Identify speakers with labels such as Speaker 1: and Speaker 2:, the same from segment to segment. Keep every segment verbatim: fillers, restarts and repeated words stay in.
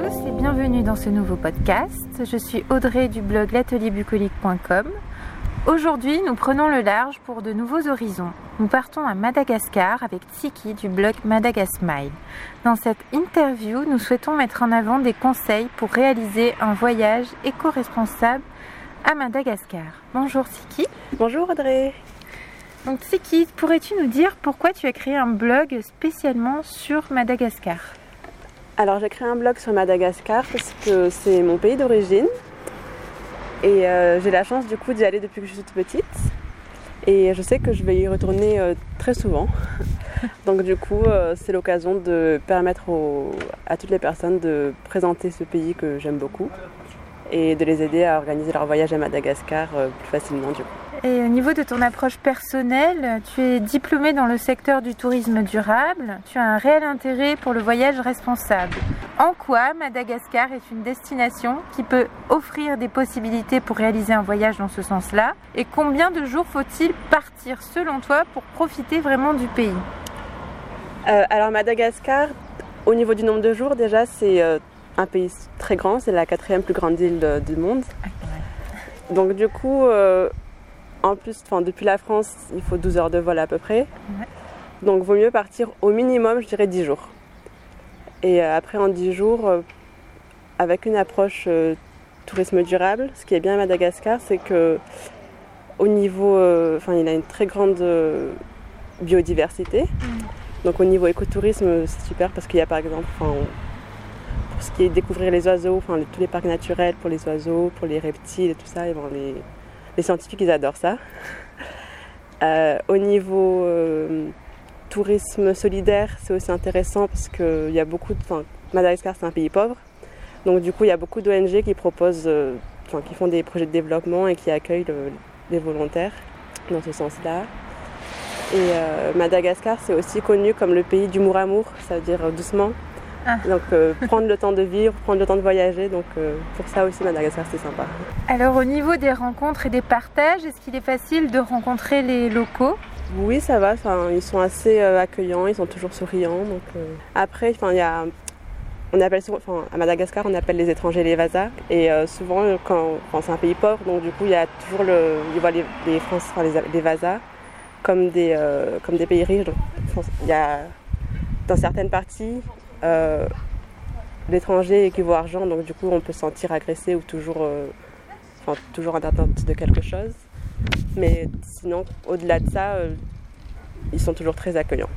Speaker 1: tous et bienvenue dans ce nouveau podcast. Je suis Audrey du blog l'atelier bucolique point com. Aujourd'hui, nous prenons le large pour de nouveaux horizons. Nous partons à Madagascar avec Tsiki du blog Madagasmile. Dans cette interview, nous souhaitons mettre en avant des conseils pour réaliser un voyage éco-responsable à Madagascar. Bonjour Tsiki.
Speaker 2: Bonjour Audrey.
Speaker 1: Donc Tsiki, pourrais-tu nous dire pourquoi tu as créé un blog spécialement sur Madagascar ?
Speaker 2: Alors j'ai créé un blog sur Madagascar parce que c'est mon pays d'origine et euh, j'ai la chance du coup d'y aller depuis que je suis toute petite et je sais que je vais y retourner euh, très souvent. Donc du coup euh, c'est l'occasion de permettre aux, à toutes les personnes de présenter ce pays que j'aime beaucoup et de les aider à organiser leur voyage à Madagascar euh, plus facilement du coup.
Speaker 1: Et au niveau de ton approche personnelle, tu es diplômée dans le secteur du tourisme durable, tu as un réel intérêt pour le voyage responsable. En quoi Madagascar est une destination qui peut offrir des possibilités pour réaliser un voyage dans ce sens-là? Et combien de jours faut-il partir selon toi pour profiter vraiment du pays?
Speaker 2: euh, Alors Madagascar, au niveau du nombre de jours déjà, c'est euh, un pays très grand, c'est la quatrième plus grande île de, du monde. Okay. Donc du coup... Euh, En plus, depuis la France, il faut douze heures de vol à peu près. Ouais. Donc, vaut mieux partir au minimum, je dirais, dix jours. Et euh, après, en dix jours, euh, avec une approche euh, tourisme durable, ce qui est bien à Madagascar, c'est que au niveau, euh, enfin, il a une très grande euh, biodiversité. Mm. Donc, au niveau écotourisme, c'est super parce qu'il y a, par exemple, enfin, on, pour ce qui est découvrir les oiseaux, enfin, les, tous les parcs naturels pour les oiseaux, pour les reptiles et tout ça, et bon, les Les scientifiques, ils adorent ça. Euh, au niveau euh, tourisme solidaire, c'est aussi intéressant parce qu'il y a beaucoup de... Enfin, Madagascar, c'est un pays pauvre. Donc du coup, il y a beaucoup d'O N G qui proposent, euh, enfin, qui font des projets de développement et qui accueillent le, les volontaires dans ce sens-là. Et euh, Madagascar, c'est aussi connu comme le pays du mour-amour, ça veut dire euh, doucement. Ah. Donc euh, prendre le temps de vivre, prendre le temps de voyager, donc euh, pour ça aussi Madagascar c'est sympa.
Speaker 1: Alors au niveau des rencontres et des partages, est-ce qu'il est facile de rencontrer les locaux?
Speaker 2: Oui, ça va, enfin, ils sont assez euh, accueillants, ils sont toujours souriants. Donc, euh... Après, il y a, on appelle souvent, à Madagascar on appelle les étrangers les Vasa et euh, souvent quand, quand c'est un pays pauvre, donc du coup il y a toujours le, ils voient les, les, France, enfin, les, les Vasa comme des, euh, comme des pays riches. Donc, il y a dans certaines parties Euh, l'étranger équivaut à argent, donc du coup on peut se sentir agressé ou toujours, euh, enfin, toujours en attente de quelque chose. Mais sinon, au-delà de ça, euh, ils sont toujours très accueillants.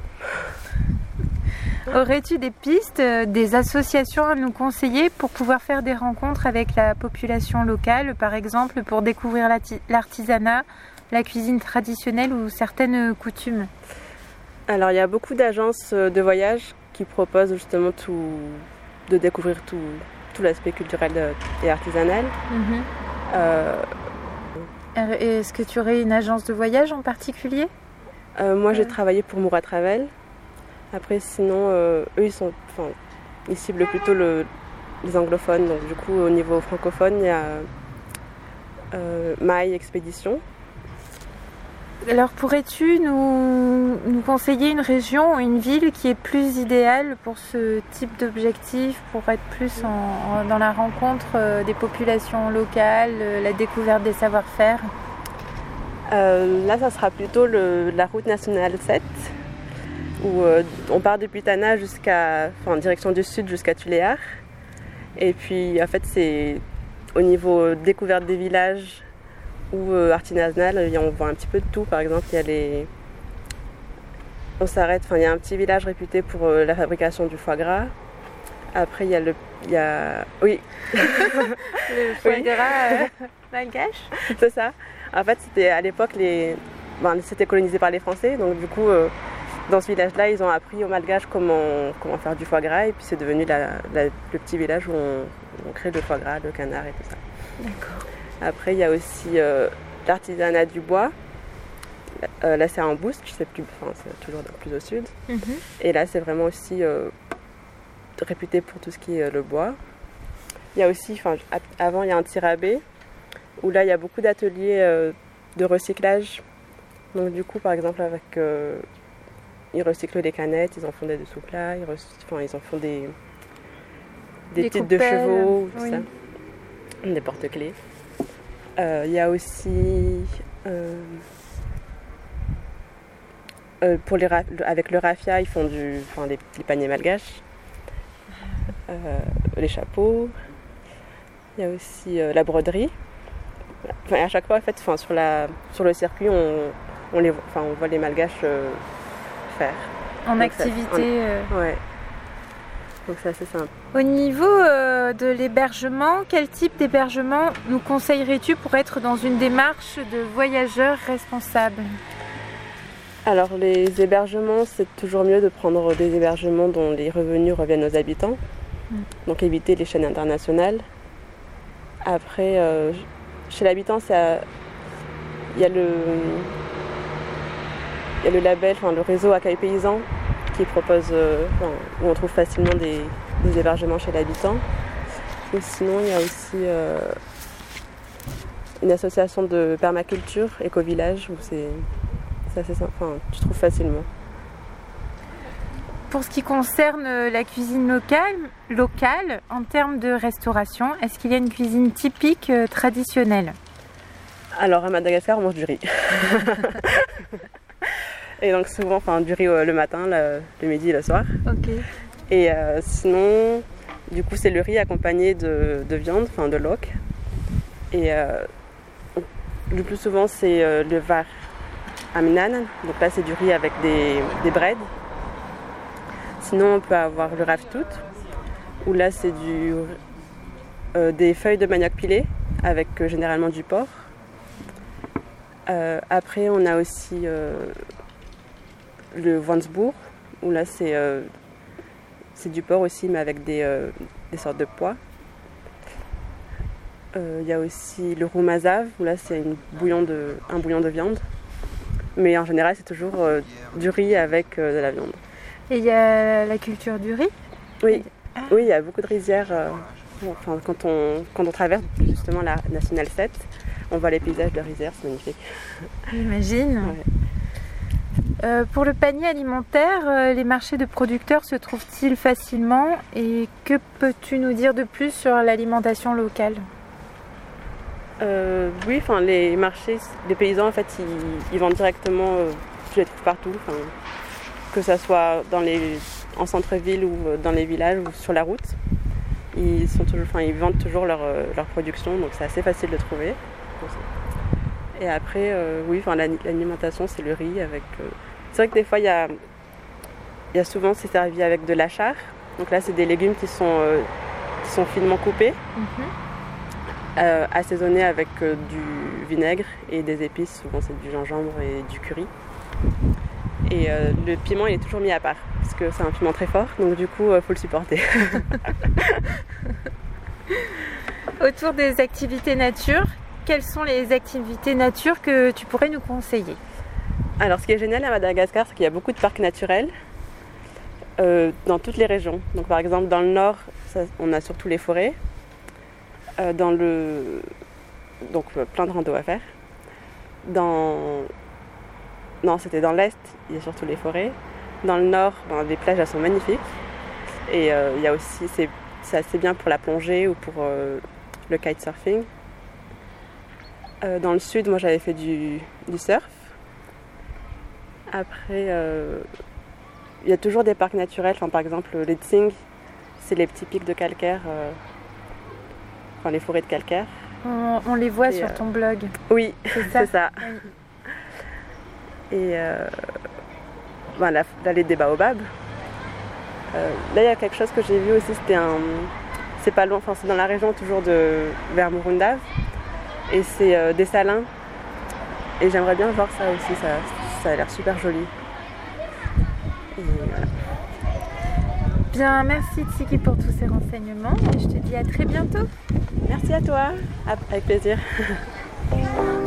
Speaker 1: Aurais-tu des pistes, des associations à nous conseiller pour pouvoir faire des rencontres avec la population locale, par exemple pour découvrir l'artisanat, la cuisine traditionnelle ou certaines coutumes?
Speaker 2: Alors il y a beaucoup d'agences de voyage qui proposent justement tout, de découvrir tout, tout l'aspect culturel et artisanal. Mm-hmm. Euh...
Speaker 1: Est-ce que tu aurais une agence de voyage en particulier?
Speaker 2: euh, Moi, j'ai euh... travaillé pour Moura Travel. Après, sinon, euh, eux, ils, sont, ils ciblent plutôt le, les anglophones. Donc, du coup, au niveau francophone, il y a euh, My Expédition.
Speaker 1: Alors pourrais-tu nous, nous conseiller une région ou une ville qui est plus idéale pour ce type d'objectif, pour être plus en, en, dans la rencontre des populations locales, la découverte des savoir-faire?
Speaker 2: euh, Là, ça sera plutôt le, la route nationale sept, où euh, on part depuis Tana jusqu'à, enfin, en direction du sud jusqu'à Tuléar. Et puis en fait, c'est au niveau découverte des villages ou euh, artisanal, on voit un petit peu de tout. Par exemple, il y a les... on s'arrête, enfin il y a un petit village réputé pour euh, la fabrication du foie gras. Après il y a le, il y a, oui,
Speaker 1: le foie oui. gras euh, malgache.
Speaker 2: C'est ça. En fait, c'était à l'époque les, ben, c'était colonisé par les Français, donc du coup euh, dans ce village-là, ils ont appris aux Malgaches comment comment faire du foie gras et puis c'est devenu la, la, le petit village où on, on crée le foie gras, le canard et tout ça.
Speaker 1: D'accord.
Speaker 2: Après, il y a aussi euh, l'artisanat du bois. Euh, là, c'est en Bouste, c'est, plus, enfin, c'est toujours plus au sud. Mm-hmm. Et là, c'est vraiment aussi euh, réputé pour tout ce qui est euh, le bois. Il y a aussi, enfin, avant, il y a un Tirabé, où là, il y a beaucoup d'ateliers euh, de recyclage. Donc, du coup, par exemple, avec, euh, ils recyclent les canettes, ils en font des dessous-plats, ils, recy... enfin, ils en font des, des
Speaker 1: des
Speaker 2: titres de
Speaker 1: coupelles,
Speaker 2: chevaux, tout
Speaker 1: oui.
Speaker 2: ça. Des porte-clés. Euh, Il y a aussi euh, euh, pour les ra- avec le raffia, ils font du, enfin, les, les paniers malgaches, euh, les chapeaux. Il y a aussi euh, la broderie. Enfin, à chaque fois, en fait, enfin, sur, la, sur le circuit, on, on, les, enfin, on voit les malgaches euh, faire.
Speaker 1: En
Speaker 2: Donc,
Speaker 1: activité.
Speaker 2: ça-
Speaker 1: euh.
Speaker 2: Ouais. Donc c'est assez simple.
Speaker 1: Au niveau euh, de l'hébergement, quel type d'hébergement nous conseillerais-tu pour être dans une démarche de voyageurs responsables?
Speaker 2: Alors les hébergements, c'est toujours mieux de prendre des hébergements dont les revenus reviennent aux habitants.
Speaker 1: Mm.
Speaker 2: Donc éviter les chaînes internationales. Après, euh, chez l'habitant, il y a le, il y a le label, enfin, le réseau Accueil Paysan qui propose, euh, enfin, où on trouve facilement des, des hébergements chez l'habitant. Et sinon, il y a aussi euh, une association de permaculture, éco-village, où c'est c'est assez simple, enfin, tu trouves facilement.
Speaker 1: Pour ce qui concerne la cuisine locale, locale en termes de restauration, est-ce qu'il y a une cuisine typique euh, traditionnelle?
Speaker 2: Alors à Madagascar, on mange du riz. Et donc souvent, enfin, du riz euh, le matin, le, le midi et le soir.
Speaker 1: Ok.
Speaker 2: Et euh, sinon, du coup, c'est le riz accompagné de, de viande, enfin de loc. Et euh, le plus souvent, c'est euh, le var aminan. Donc là, c'est du riz avec des, des breads. Sinon, on peut avoir le raftout, où là, c'est du, euh, des feuilles de manioc pilées, avec euh, généralement du porc. Euh, après, on a aussi euh, le wansbourg, où là, c'est euh, c'est du porc aussi, mais avec des, euh, des sortes de pois. Il euh, y a aussi le roumazav, où là, c'est une bouillon de, un bouillon de viande. Mais en général, c'est toujours euh, du riz avec euh, de la viande.
Speaker 1: Et il y a la culture du riz?
Speaker 2: Oui,
Speaker 1: Ah.
Speaker 2: oui, il y a beaucoup de rizières. Euh, enfin, quand, on, quand on traverse justement la Nationale sept, on voit les paysages de rizières, c'est magnifique.
Speaker 1: J'imagine.
Speaker 2: Ouais.
Speaker 1: Euh, pour le panier alimentaire, euh, les marchés de producteurs se trouvent-ils facilement? Et que peux-tu nous dire de plus sur l'alimentation locale?
Speaker 2: Euh, oui, enfin, les marchés, les paysans, en fait, ils, ils vendent directement, euh, tu les trouves partout. Enfin, que ce soit dans les, en centre-ville ou dans les villages ou sur la route. Ils, sont toujours, enfin, ils vendent toujours leur, leur production, donc c'est assez facile de trouver. Et après, euh, oui, enfin, l'alimentation, c'est le riz avec... Euh... C'est vrai que des fois, il y a, il y a souvent, c'est servi avec de l'achar. Donc là, c'est des légumes qui sont, euh, qui sont finement coupés,
Speaker 1: Mm-hmm.
Speaker 2: euh, assaisonnés avec euh, du vinaigre et des épices. Souvent, c'est du gingembre et du curry. Et euh, le piment, il est toujours mis à part, parce que c'est un piment très fort, donc du coup, il euh, faut le supporter.
Speaker 1: Autour des activités nature, quelles sont les activités nature que tu pourrais nous conseiller?
Speaker 2: Alors, ce qui est génial à Madagascar, c'est qu'il y a beaucoup de parcs naturels euh, dans toutes les régions. Donc, par exemple, dans le nord, ça, on a surtout les forêts. Euh, dans le... Donc, euh, plein de randos à faire. Dans... Non, c'était dans l'est, il y a surtout les forêts. Dans le nord, ben, les plages, elles sont magnifiques. Et euh, il y a aussi... C'est, c'est assez bien pour la plongée ou pour euh, le kitesurfing. Euh, dans le sud, moi, j'avais fait du, du surf. Après, euh, il y a toujours des parcs naturels. Enfin, par exemple, les Tsing, c'est les petits pics de calcaire, euh, enfin les forêts de calcaire.
Speaker 1: On, on les voit
Speaker 2: Et
Speaker 1: sur
Speaker 2: euh,
Speaker 1: ton blog.
Speaker 2: Oui,
Speaker 1: C'est ça.
Speaker 2: c'est ça.
Speaker 1: Oui.
Speaker 2: Et euh, ben, la, l'allée des baobabs. Euh, là, il y a quelque chose que j'ai vu aussi. C'était un, c'est pas loin. Enfin, c'est dans la région toujours de vers Murundav. Et c'est euh, des salins. Et j'aimerais bien voir ça aussi. Ça, ça a l'air super joli. Et voilà.
Speaker 1: Bien, merci Tsiki pour tous ces renseignements et je te dis à très bientôt.
Speaker 2: Merci à toi. Avec plaisir.